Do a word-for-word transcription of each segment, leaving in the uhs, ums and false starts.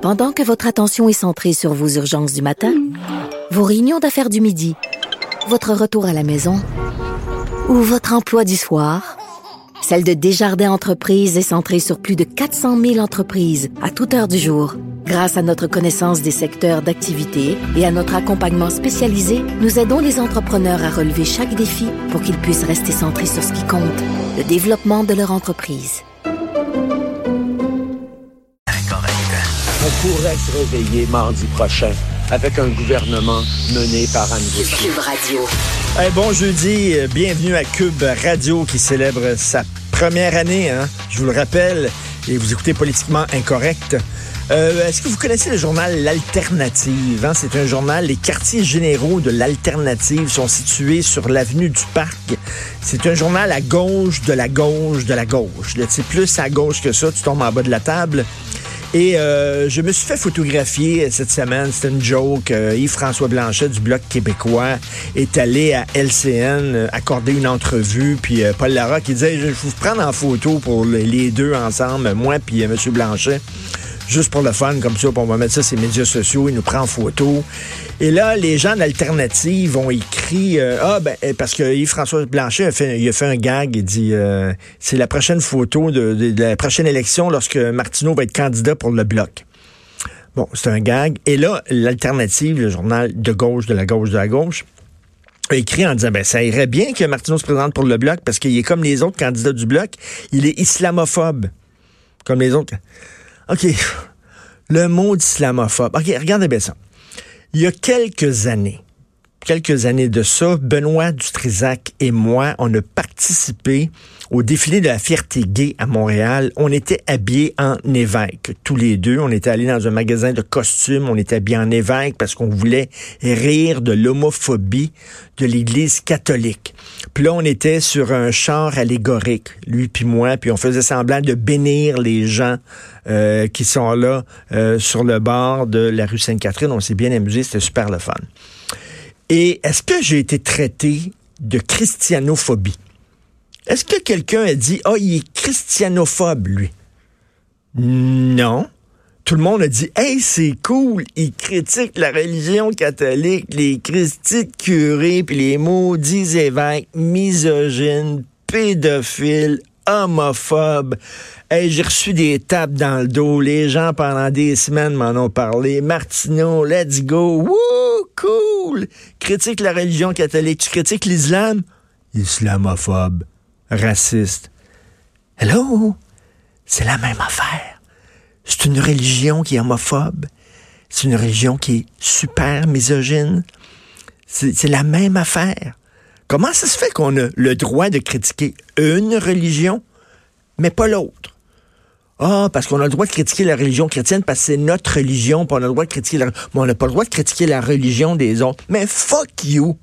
Pendant que votre attention est centrée sur vos urgences du matin, vos réunions d'affaires du midi, votre retour à la maison ou votre emploi du soir, celle de Desjardins Entreprises est centrée sur plus de quatre cent mille entreprises à toute heure du jour. Grâce à notre connaissance des secteurs d'activité et à notre accompagnement spécialisé, nous aidons les entrepreneurs à relever chaque défi pour qu'ils puissent rester centrés sur ce qui compte, le développement de leur entreprise. On pourrait se réveiller mardi prochain avec un gouvernement mené par Anne Gaucher. Cube Radio. Hey, bon jeudi, bienvenue à Cube Radio qui célèbre sa première année, hein? Je vous le rappelle, et vous écoutez Politiquement Incorrect. Euh, est-ce que vous connaissez le journal L'Alternative? Hein? C'est un journal, les quartiers généraux de l'Alternative sont situés sur l'avenue du Parc. C'est un journal à gauche de la gauche de la gauche. Là, c'est plus à gauche que ça, tu tombes en bas de la table. Et euh, je me suis fait photographier cette semaine, c'était une joke. Euh, Yves-François Blanchet du Bloc québécois est allé à L C N euh, accorder une entrevue, puis euh, Paul Larocque qui disait « Je vais vous prendre en photo pour les deux ensemble, moi puis euh, M. Blanchet. » Juste pour le fun, comme ça, puis on va mettre ça sur les médias sociaux, il nous prend en photo. Et là, les gens d'Alternative ont écrit euh, ah ben parce que Yves-François Blanchet a fait, il a fait un gag, il dit euh, c'est la prochaine photo de, de, de la prochaine élection lorsque Martineau va être candidat pour le Bloc. Bon, c'est un gag. Et là, l'Alternative, le journal de gauche, de la gauche, de la gauche, a écrit en disant ben ça irait bien que Martineau se présente pour le Bloc parce qu'il est comme les autres candidats du Bloc, il est islamophobe. Comme les autres. OK, le mot d'islamophobe. OK, regardez bien ça. Il y a quelques années, quelques années de ça, Benoît Dutrisac et moi, on a participé au défilé de la fierté gay à Montréal. On était habillés en évêque, tous les deux. On était allés dans un magasin de costumes, on était habillés en évêque parce qu'on voulait rire de l'homophobie de l'Église catholique. Puis là, on était sur un char allégorique, lui puis moi, puis on faisait semblant de bénir les gens euh, qui sont là euh, sur le bord de la rue Sainte-Catherine. On s'est bien amusé, c'était super le fun. Et est-ce que j'ai été traité de christianophobie? Est-ce que quelqu'un a dit « Ah, oh, il est christianophobe, lui ». Non. Tout le monde a dit « Hey, c'est cool, il critique la religion catholique, les christiques curés, puis les maudits évêques misogynes, pédophiles, homophobes. Hey, j'ai reçu des tapes dans le dos, les gens pendant des semaines m'en ont parlé. Martineau, let's go, wouh, cool. Critique la religion catholique, tu critiques l'islam? Islamophobe. Raciste. Hello? C'est la même affaire. C'est une religion qui est homophobe. C'est une religion qui est super misogyne. C'est, c'est la même affaire. Comment ça se fait qu'on a le droit de critiquer une religion, mais pas l'autre? Ah, parce qu'on a le droit de critiquer la religion chrétienne parce que c'est notre religion, puis on a le droit de critiquer la... Mais on n'a pas le droit de critiquer la religion des autres. Mais fuck you!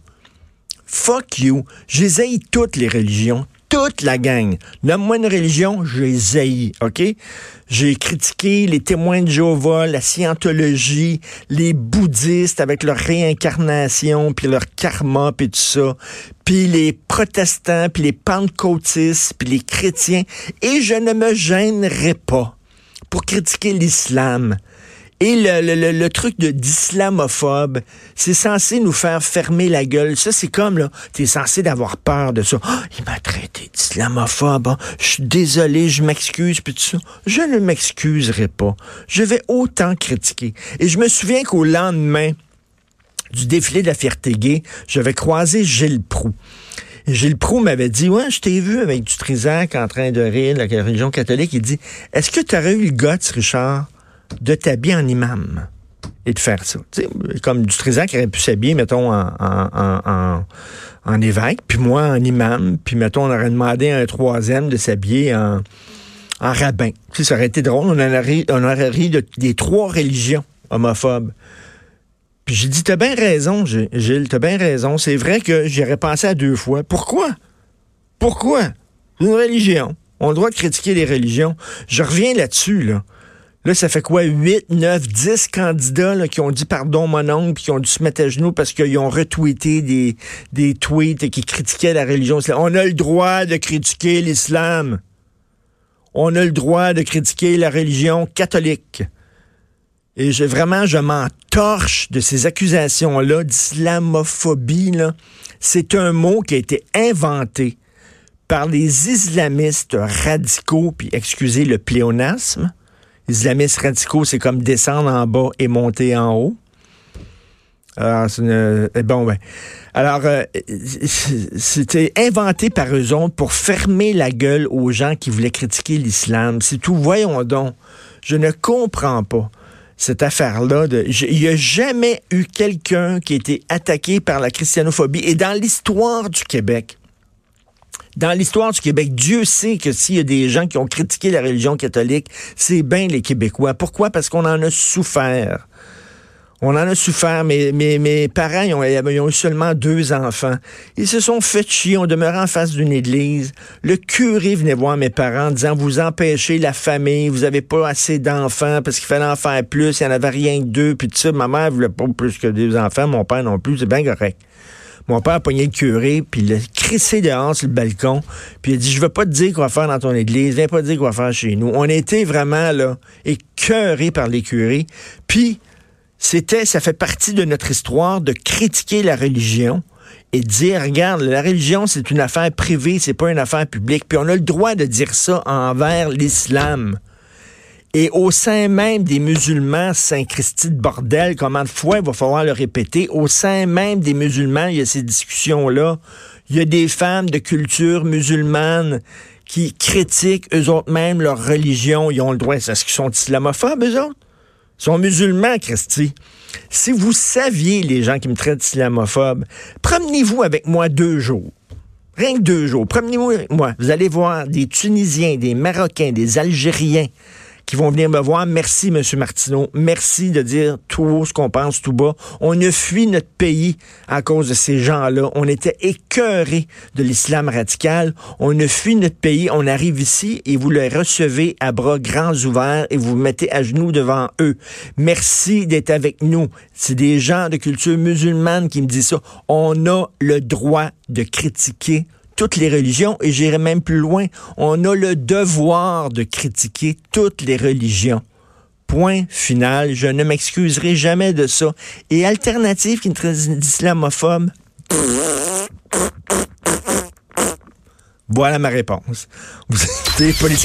Fuck you! Je les haïs toutes les religions. Toute la gang. Nomme-moi une religion, je les haïs, OK? J'ai critiqué les témoins de Jéhovah, la scientologie, les bouddhistes avec leur réincarnation, puis leur karma, puis tout ça, puis les protestants, puis les pentecôtistes, puis les chrétiens. Et je ne me gênerai pas pour critiquer l'islam. Et le, le, le, le truc de d'islamophobe, c'est censé nous faire fermer la gueule. Ça, c'est comme, là, t'es censé d'avoir peur de ça. Oh, il m'a traité d'islamophobe. Hein. Je suis désolé, je m'excuse, puis tout ça. Je ne m'excuserai pas. Je vais autant critiquer. Et je me souviens qu'au lendemain du défilé de la fierté gay, j'avais croisé Gilles Proulx. Et Gilles Proulx m'avait dit, ouais, je t'ai vu avec Dutrisac en train de rire de la religion catholique. Il dit, est-ce que tu aurais eu le guts, Richard, de t'habiller en imam et de faire ça. T'sais, comme Dutrisac aurait pu s'habiller, mettons, en, en, en, en, en évêque, puis moi en imam, puis mettons, on aurait demandé à un troisième de s'habiller en, en rabbin. T'sais, ça aurait été drôle, on aurait ri, on aurait ri de, des trois religions homophobes. Puis j'ai dit, t'as bien raison, Gilles, t'as bien raison. C'est vrai que j'y aurais pensé à deux fois. Pourquoi? Pourquoi? C'est une religion. On a le droit de critiquer les religions. Je reviens là-dessus, là. Là, ça fait quoi? huit, neuf, dix candidats là, qui ont dit pardon, mon oncle, puis qui ont dû se mettre à genoux parce qu'ils ont retweeté des, des tweets qui critiquaient la religion. On a le droit de critiquer l'islam. On a le droit de critiquer la religion catholique. Et je, vraiment, je m'entorche de ces accusations-là d'islamophobie, là. C'est un mot qui a été inventé par les islamistes radicaux, puis excusez le pléonasme. Islamistes radicaux, c'est comme descendre en bas et monter en haut. Alors, c'est une, bon, ben. Alors, euh, c'était inventé par eux autres pour fermer la gueule aux gens qui voulaient critiquer l'islam. C'est tout. Voyons donc. Je ne comprends pas cette affaire-là. De, je, il n'y a jamais eu quelqu'un qui a été attaqué par la christianophobie. Et dans l'histoire du Québec, dans l'histoire du Québec, Dieu sait que s'il y a des gens qui ont critiqué la religion catholique, c'est bien les Québécois. Pourquoi? Parce qu'on en a souffert. On en a souffert. Mes, mes, mes parents, ils ont, ils ont eu seulement deux enfants. Ils se sont fait chier. On demeurait en face d'une église. Le curé venait voir mes parents en disant, vous empêchez la famille, vous avez pas assez d'enfants parce qu'il fallait en faire plus, il y en avait rien que deux, puis tout ça. Ma mère voulait pas plus que deux enfants, mon père non plus, c'est bien correct. Mon père a pogné le curé, puis il l'a crissé dehors sur le balcon, puis il a dit, je veux pas te dire quoi faire dans ton église, viens pas te dire quoi faire chez nous. On était vraiment, là, écœurés par les curés, puis C'était, ça fait partie de notre histoire de critiquer la religion et de dire, regarde, la religion, c'est une affaire privée, c'est pas une affaire publique. Puis on a le droit de dire ça envers l'islam. Et au sein même des musulmans, Saint-Christi de bordel, comment de fois il va falloir le répéter, au sein même des musulmans, il y a ces discussions-là. Il y a des femmes de culture musulmane qui critiquent eux autres même leur religion. Ils ont le droit, est-ce qu'ils sont islamophobes, eux autres? Ils sont musulmans, Christy. Si vous saviez, les gens qui me traitent d'islamophobe, promenez-vous avec moi deux jours. Rien que deux jours. Promenez-vous avec moi. Vous allez voir des Tunisiens, des Marocains, des Algériens qui vont venir me voir. Merci, M. Martineau. Merci de dire tout haut ce qu'on pense tout bas. On a fui notre pays à cause de ces gens-là. On était écœurés de l'islam radical. On a fui notre pays. On arrive ici et vous les recevez à bras grands ouverts et vous vous mettez à genoux devant eux. Merci d'être avec nous. C'est des gens de culture musulmane qui me disent ça. On a le droit de critiquer toutes les religions, et j'irai même plus loin, on a le devoir de critiquer toutes les religions. Point final. Je ne m'excuserai jamais de ça. Et Alternative, qui me traite d'islamophobe, voilà ma réponse. Vous écoutez Politique.